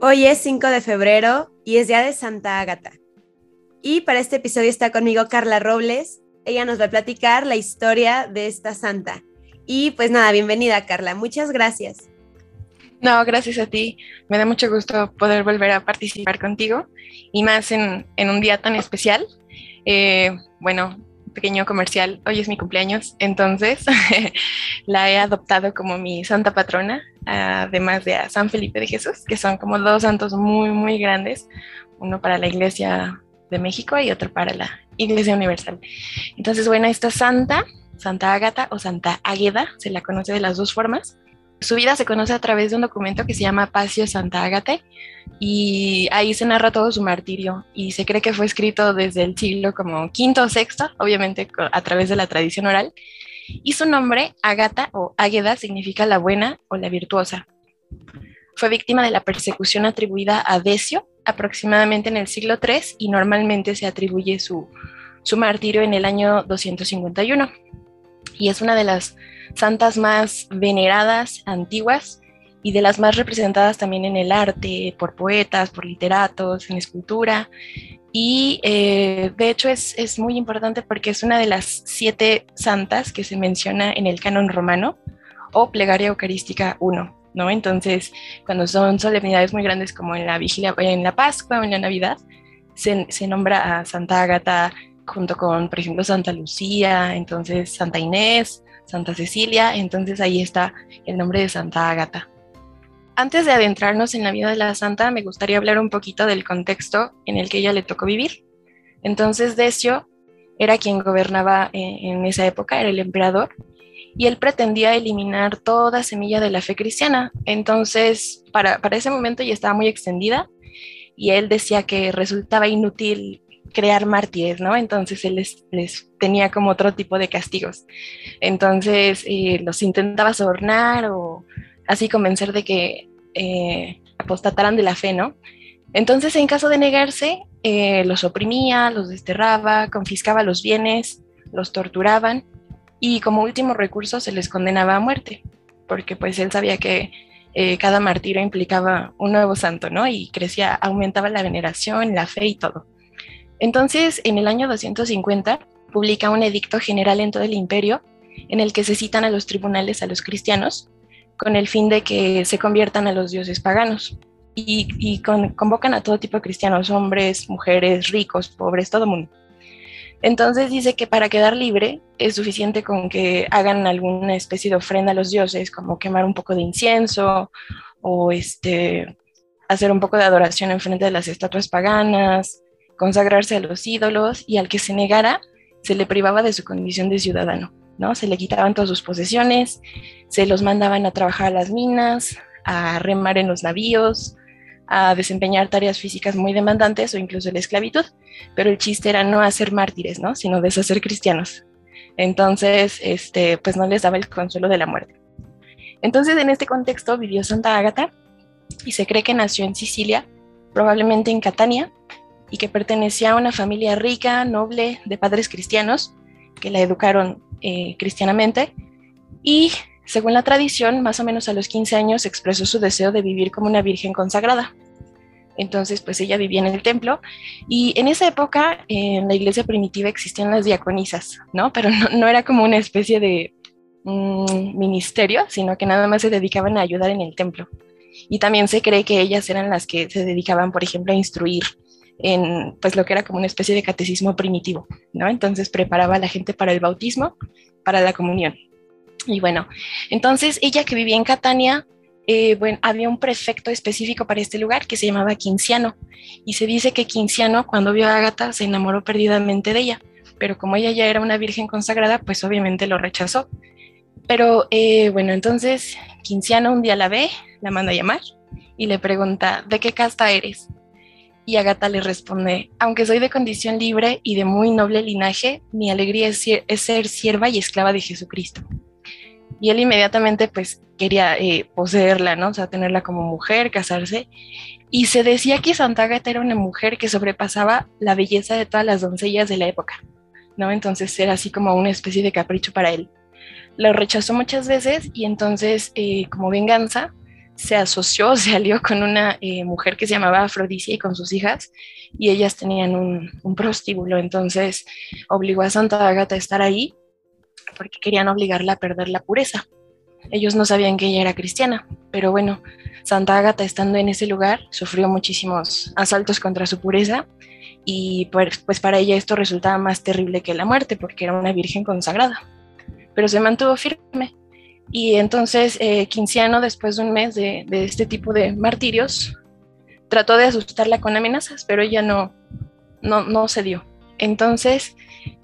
Hoy es 5 de febrero y es día de Santa Ágata. Y para este episodio está conmigo Carla Robles. Ella nos va a platicar la historia de esta santa. Y pues nada, bienvenida Carla, muchas gracias. No, gracias a ti. Me da mucho gusto poder volver a participar contigo y más en un día tan especial. Bueno, pequeño comercial, hoy es mi cumpleaños, entonces la he adoptado como mi santa patrona, además de a San Felipe de Jesús, que son como dos santos muy, muy grandes, uno para la Iglesia de México y otro para la Iglesia Universal. Entonces, bueno, esta santa, Santa Ágata o Santa Águeda, se la conoce de las dos formas. Su vida se conoce a través de un documento que se llama Passio Santa Ágata y ahí se narra todo su martirio y se cree que fue escrito desde el siglo como quinto o sexto, obviamente a través de la tradición oral, y su nombre, Ágata o Águeda, significa la buena o la virtuosa. Fue víctima de la persecución atribuida a Decio aproximadamente en el siglo III y normalmente se atribuye su martirio en el año 251 y es una de las santas más veneradas, antiguas y de las más representadas también en el arte, por poetas, por literatos, en escultura. Y de hecho es muy importante porque es una de las 7 santas que se menciona en el canon romano o plegaria eucarística 1, ¿no? Entonces, cuando son solemnidades muy grandes como en la vigilia, en la Pascua o en la Navidad, se nombra a Santa Ágata junto con, por ejemplo, Santa Lucía, entonces Santa Inés, Santa Cecilia, entonces ahí está el nombre de Santa Ágata. Antes de adentrarnos en la vida de la santa, me gustaría hablar un poquito del contexto en el que ella le tocó vivir. Entonces, Decio era quien gobernaba en esa época, era el emperador, y él pretendía eliminar toda semilla de la fe cristiana. Entonces, para ese momento ya estaba muy extendida, y él decía que resultaba inútil crear mártires, ¿no? Entonces él les tenía como otro tipo de castigos. Entonces los intentaba sobornar o así convencer de que apostataran de la fe, ¿no? Entonces, en caso de negarse, los oprimía, los desterraba, confiscaba los bienes, los torturaban y como último recurso se les condenaba a muerte, porque pues él sabía que cada martirio implicaba un nuevo santo, ¿no? Y crecía, aumentaba la veneración, la fe y todo. Entonces, en el año 250, publica un edicto general en todo el imperio en el que se citan a los tribunales a los cristianos con el fin de que se conviertan a los dioses paganos y convocan a todo tipo de cristianos, hombres, mujeres, ricos, pobres, todo mundo. Entonces dice que para quedar libre es suficiente con que hagan alguna especie de ofrenda a los dioses, como quemar un poco de incienso o hacer un poco de adoración en frente de las estatuas paganas, consagrarse a los ídolos, y al que se negara se le privaba de su condición de ciudadano, ¿no? Se le quitaban todas sus posesiones, se los mandaban a trabajar a las minas, a remar en los navíos, a desempeñar tareas físicas muy demandantes o incluso la esclavitud, pero el chiste era no hacer mártires, ¿no? Sino deshacer cristianos. Entonces, pues no les daba el consuelo de la muerte. Entonces, en este contexto vivió Santa Ágata y se cree que nació en Sicilia, probablemente en Catania, y que pertenecía a una familia rica, noble, de padres cristianos, que la educaron cristianamente, y según la tradición, más o menos a los 15 años expresó su deseo de vivir como una virgen consagrada. Entonces, pues ella vivía en el templo y en esa época en la iglesia primitiva existían las diaconisas, ¿no? Pero no era como una especie de ministerio, sino que nada más se dedicaban a ayudar en el templo. Y también se cree que ellas eran las que se dedicaban, por ejemplo, a instruir en pues lo que era como una especie de catecismo primitivo, ¿no? Entonces preparaba a la gente para el bautismo, para la comunión. Y bueno, entonces ella que vivía en Catania, bueno, había un prefecto específico para este lugar que se llamaba Quinciano, y se dice que Quinciano cuando vio a Ágata se enamoró perdidamente de ella, pero como ella ya era una virgen consagrada, pues obviamente lo rechazó. Pero bueno, entonces Quinciano un día la ve, la manda a llamar y le pregunta, ¿de qué casta eres? Y Ágata le responde, aunque soy de condición libre y de muy noble linaje, mi alegría es ser sierva y esclava de Jesucristo. Y él inmediatamente pues quería poseerla, ¿no? O sea, tenerla como mujer, casarse. Y se decía que Santa Ágata era una mujer que sobrepasaba la belleza de todas las doncellas de la época, ¿no? Entonces era así como una especie de capricho para él. Lo rechazó muchas veces y entonces, como venganza, se asoció, se alió con una mujer que se llamaba Afrodisia y con sus hijas, y ellas tenían un prostíbulo. Entonces obligó a Santa Ágata a estar ahí porque querían obligarla a perder la pureza. Ellos no sabían que ella era cristiana, pero bueno, Santa Ágata, estando en ese lugar, sufrió muchísimos asaltos contra su pureza, y pues para ella esto resultaba más terrible que la muerte, porque era una virgen consagrada, pero se mantuvo firme. Y entonces Quinciano, después de un mes de este tipo de martirios, trató de asustarla con amenazas, pero ella no cedió. Entonces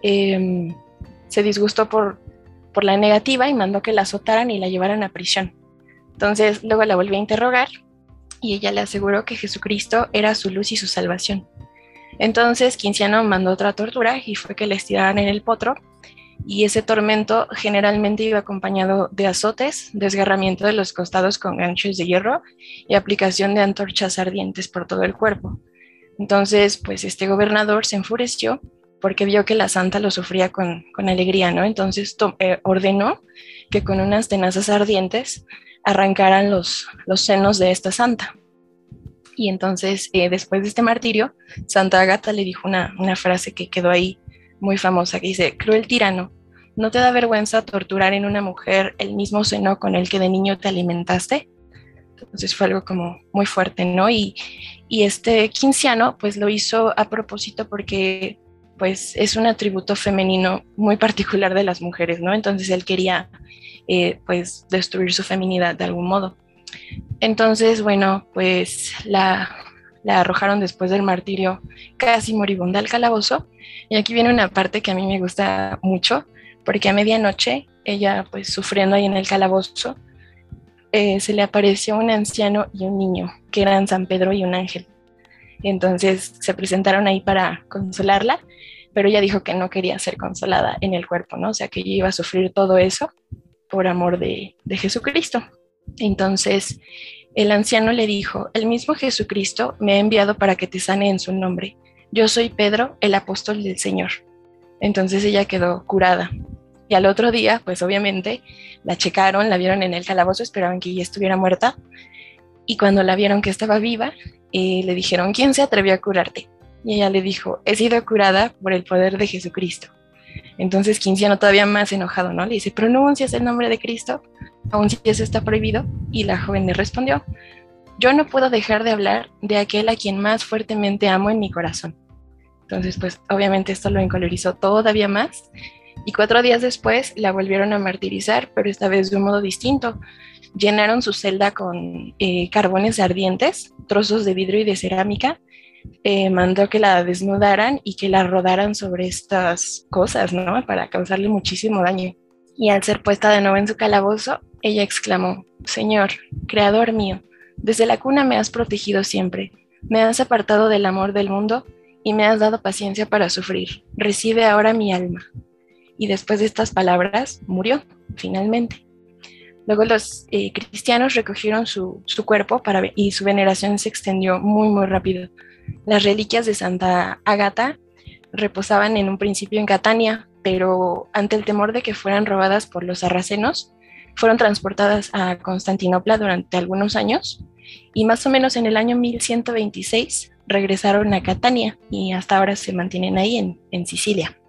se disgustó por la negativa y mandó que la azotaran y la llevaran a prisión. Entonces luego la volvió a interrogar y ella le aseguró que Jesucristo era su luz y su salvación. Entonces Quinciano mandó otra tortura y fue que la estiraran en el potro, y ese tormento generalmente iba acompañado de azotes, desgarramiento de los costados con ganchos de hierro y aplicación de antorchas ardientes por todo el cuerpo. Entonces, pues este gobernador se enfureció porque vio que la santa lo sufría con alegría, ¿no? Entonces ordenó que con unas tenazas ardientes arrancaran los senos de esta santa. Y entonces, después de este martirio, Santa Ágata le dijo una frase que quedó ahí muy famosa, que dice: cruel tirano, ¿no te da vergüenza torturar en una mujer el mismo seno con el que de niño te alimentaste? Entonces fue algo como muy fuerte, ¿no? Y este Quinciano pues lo hizo a propósito porque pues es un atributo femenino muy particular de las mujeres, ¿no? Entonces él quería pues destruir su feminidad de algún modo. Entonces, bueno, pues la arrojaron después del martirio casi moribunda al calabozo. Y aquí viene una parte que a mí me gusta mucho, porque a medianoche, ella pues sufriendo ahí en el calabozo, se le apareció un anciano y un niño, que eran San Pedro y un ángel. Entonces se presentaron ahí para consolarla, pero ella dijo que no quería ser consolada en el cuerpo, ¿no? O sea, que ella iba a sufrir todo eso por amor de Jesucristo. Entonces el anciano le dijo: el mismo Jesucristo me ha enviado para que te sane en su nombre. Yo soy Pedro, el apóstol del Señor. Entonces ella quedó curada. Y al otro día, pues obviamente, la checaron, la vieron en el calabozo, esperaban que ella estuviera muerta. Y cuando la vieron que estaba viva, le dijeron: ¿quién se atrevió a curarte? Y ella le dijo: he sido curada por el poder de Jesucristo. Entonces Quinciano, todavía más enojado, ¿no? Le dice: ¿pronuncias el nombre de Cristo? Aún si eso está prohibido. Y la joven le respondió: yo no puedo dejar de hablar de aquel a quien más fuertemente amo en mi corazón. Entonces, pues obviamente esto lo encolerizó todavía más. Y 4 días después la volvieron a martirizar, pero esta vez de un modo distinto. Llenaron su celda con carbones ardientes, trozos de vidrio y de cerámica. Mandó que la desnudaran y que la rodaran sobre estas cosas, ¿no? Para causarle muchísimo daño. Y al ser puesta de nuevo en su calabozo, ella exclamó: Señor, Creador mío, desde la cuna me has protegido siempre, me has apartado del amor del mundo y me has dado paciencia para sufrir. Recibe ahora mi alma. Y después de estas palabras, murió, finalmente. Luego los cristianos recogieron su cuerpo y su veneración se extendió muy, muy rápido. Las reliquias de Santa Ágata reposaban en un principio en Catania, pero ante el temor de que fueran robadas por los sarracenos, fueron transportadas a Constantinopla durante algunos años, y más o menos en el año 1126 regresaron a Catania y hasta ahora se mantienen ahí en Sicilia.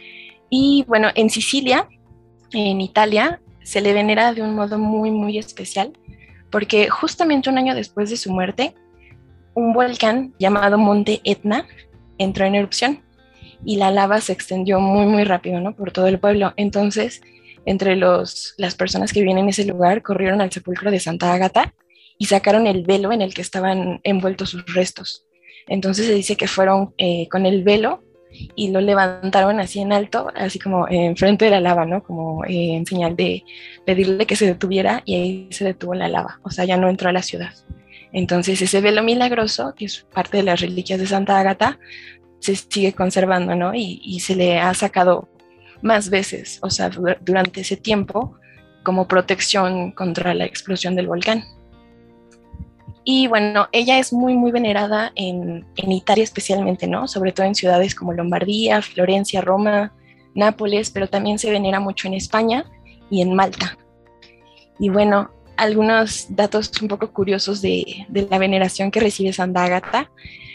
Y bueno, en Sicilia, en Italia, se le venera de un modo muy, muy especial, porque justamente un año después de su muerte, un volcán llamado Monte Etna entró en erupción y la lava se extendió muy, muy rápido, ¿no? Por todo el pueblo. Entonces, entre las personas que vivían en ese lugar, corrieron al sepulcro de Santa Ágata y sacaron el velo en el que estaban envueltos sus restos. Entonces se dice que fueron con el velo y lo levantaron así en alto, así como enfrente de la lava, ¿no? Como en señal de pedirle que se detuviera, y ahí se detuvo la lava, o sea, ya no entró a la ciudad. Entonces ese velo milagroso, que es parte de las reliquias de Santa Ágata, se sigue conservando, ¿no? Y se le ha sacado más veces, o sea, durante ese tiempo, como protección contra la explosión del volcán. Y bueno, ella es muy, muy venerada en Italia especialmente, ¿no? Sobre todo en ciudades como Lombardía, Florencia, Roma, Nápoles, pero también se venera mucho en España y en Malta. Y bueno, algunos datos un poco curiosos de la veneración que recibe Santa Ágata.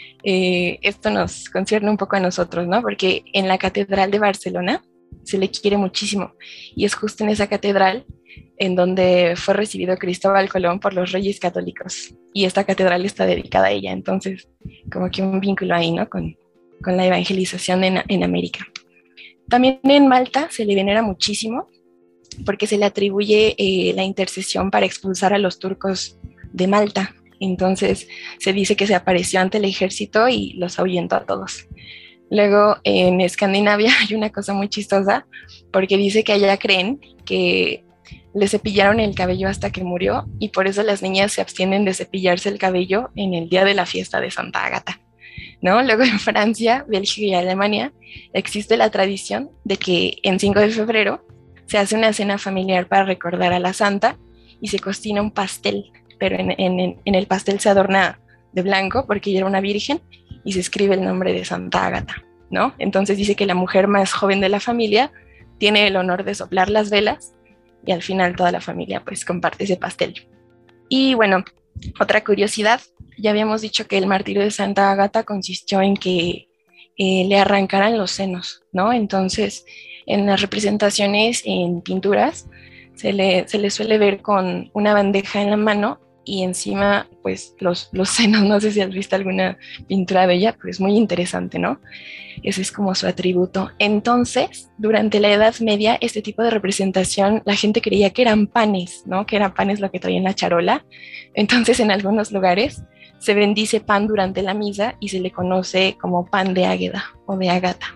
Esto nos concierne un poco a nosotros, ¿no? Porque en la Catedral de Barcelona se le quiere muchísimo y es justo en esa catedral en donde fue recibido Cristóbal Colón por los reyes católicos y esta catedral está dedicada a ella, entonces como que un vínculo ahí, ¿no? Con la evangelización en América. También en Malta se le venera muchísimo porque se le atribuye la intercesión para expulsar a los turcos de Malta. Entonces se dice que se apareció ante el ejército y los ahuyentó a todos. Luego en Escandinavia hay una cosa muy chistosa porque dice que allá creen que le cepillaron el cabello hasta que murió y por eso las niñas se abstienen de cepillarse el cabello en el día de la fiesta de Santa Ágata, ¿no? Luego en Francia, Bélgica y Alemania existe la tradición de que en 5 de febrero se hace una cena familiar para recordar a la santa y se cocina un pastel, pero en el pastel se adorna de blanco porque ella era una virgen y se escribe el nombre de Santa Ágata, ¿no? Entonces dice que la mujer más joven de la familia tiene el honor de soplar las velas y al final toda la familia pues comparte ese pastel. Y bueno, otra curiosidad, ya habíamos dicho que el martirio de Santa Ágata consistió en que le arrancaran los senos, ¿no? Entonces, en las representaciones en pinturas se le suele ver con una bandeja en la mano y encima pues los senos. No sé si has visto alguna pintura de ella, pero es muy interesante, ¿no? Ese es como su atributo. Entonces, durante la Edad Media, este tipo de representación, la gente creía que eran panes, ¿no? Que eran panes lo que traía en la charola. Entonces, en algunos lugares se bendice pan durante la misa y se le conoce como pan de Águeda o de Ágata.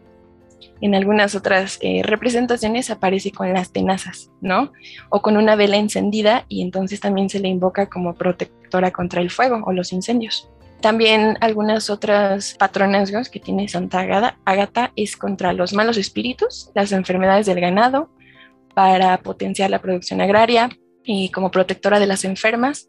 En algunas otras representaciones aparece con las tenazas, ¿no? O con una vela encendida y entonces también se le invoca como protectora contra el fuego o los incendios. También algunas otras patronazgos que tiene Santa Ágata es contra los malos espíritus, las enfermedades del ganado, para potenciar la producción agraria y como protectora de las enfermeras,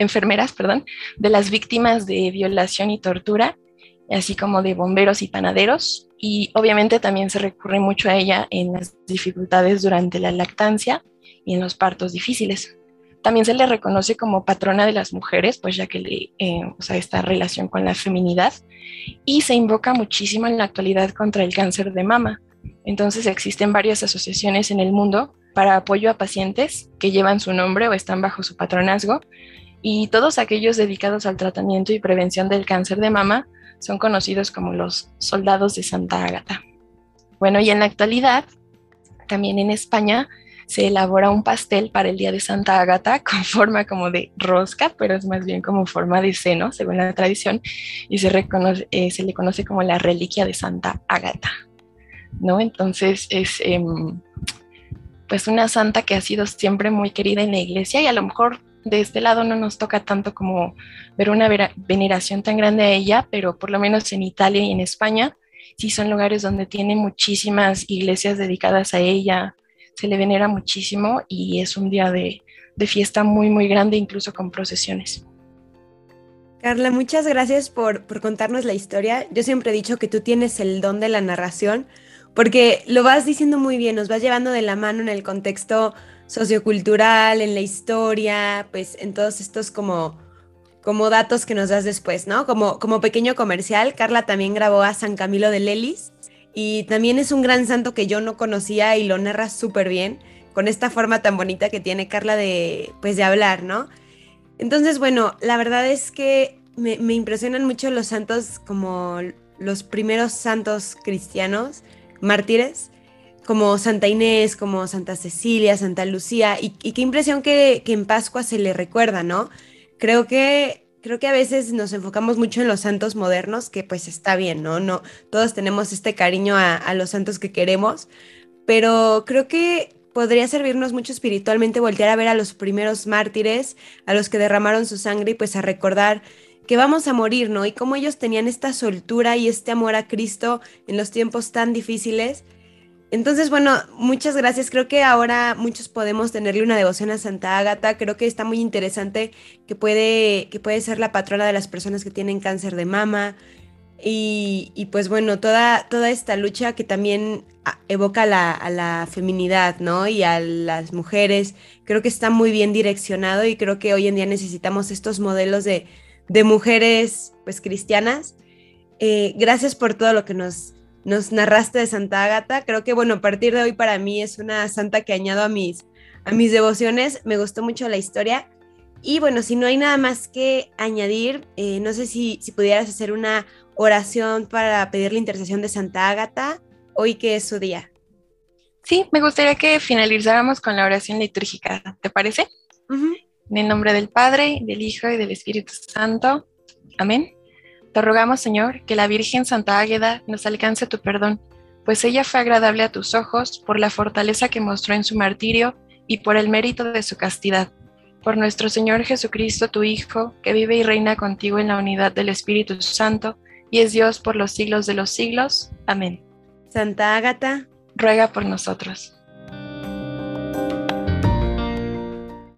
de las víctimas de violación y tortura, así como de bomberos y panaderos. Y obviamente también se recurre mucho a ella en las dificultades durante la lactancia y en los partos difíciles. También se le reconoce como patrona de las mujeres, pues ya que esta relación con la feminidad, y se invoca muchísimo en la actualidad contra el cáncer de mama. Entonces existen varias asociaciones en el mundo para apoyo a pacientes que llevan su nombre o están bajo su patronazgo, y todos aquellos dedicados al tratamiento y prevención del cáncer de mama son conocidos como los soldados de Santa Ágata. Bueno, y en la actualidad, también en España, se elabora un pastel para el día de Santa Ágata con forma como de rosca, pero es más bien como forma de seno, según la tradición, y se le conoce como la reliquia de Santa Ágata, ¿no? Entonces es pues una santa que ha sido siempre muy querida en la iglesia y a lo mejor de este lado no nos toca tanto como ver una veneración tan grande a ella, pero por lo menos en Italia y en España sí son lugares donde tiene muchísimas iglesias dedicadas a ella, se le venera muchísimo y es un día de fiesta muy, muy grande, incluso con procesiones. Carla, muchas gracias por contarnos la historia. Yo siempre he dicho que tú tienes el don de la narración, porque lo vas diciendo muy bien, nos vas llevando de la mano en el contexto sociocultural, en la historia, pues en todos estos como datos que nos das después, ¿no? Como pequeño comercial, Carla también grabó a San Camilo de Lelis y también es un gran santo que yo no conocía y lo narra súper bien, con esta forma tan bonita que tiene Carla pues de hablar, ¿no? Entonces, bueno, la verdad es que me impresionan mucho los santos como los primeros santos cristianos, mártires, como Santa Inés, como Santa Cecilia, Santa Lucía, y qué impresión que en Pascua se le recuerda, ¿no? Creo que a veces nos enfocamos mucho en los santos modernos, que pues está bien, ¿no? No, todos tenemos este cariño a los santos que queremos, pero creo que podría servirnos mucho espiritualmente voltear a ver a los primeros mártires, a los que derramaron su sangre y pues a recordar que vamos a morir, ¿no? Y cómo ellos tenían esta soltura y este amor a Cristo en los tiempos tan difíciles. Entonces, bueno, muchas gracias. Creo que ahora muchos podemos tenerle una devoción a Santa Ágata. Creo que está muy interesante que puede ser la patrona de las personas que tienen cáncer de mama. Y pues bueno, toda esta lucha que también evoca a la feminidad, ¿no? Y a las mujeres creo que está muy bien direccionado y creo que hoy en día necesitamos estos modelos de mujeres pues cristianas. Gracias por todo lo que nos narraste de Santa Ágata. Creo que bueno, a partir de hoy para mí es una santa que añado a mis devociones. Me gustó mucho la historia. Y bueno, si no hay nada más que añadir, no sé si pudieras hacer una oración para pedir la intercesión de Santa Ágata, hoy que es su día. Sí, me gustaría que finalizáramos con la oración litúrgica, ¿te parece? Uh-huh. En el nombre del Padre, del Hijo y del Espíritu Santo. Amén. Te rogamos, Señor, que la Virgen Santa Águeda nos alcance tu perdón, pues ella fue agradable a tus ojos por la fortaleza que mostró en su martirio y por el mérito de su castidad. Por nuestro Señor Jesucristo, tu Hijo, que vive y reina contigo en la unidad del Espíritu Santo, y es Dios por los siglos de los siglos. Amén. Santa Ágata, ruega por nosotros.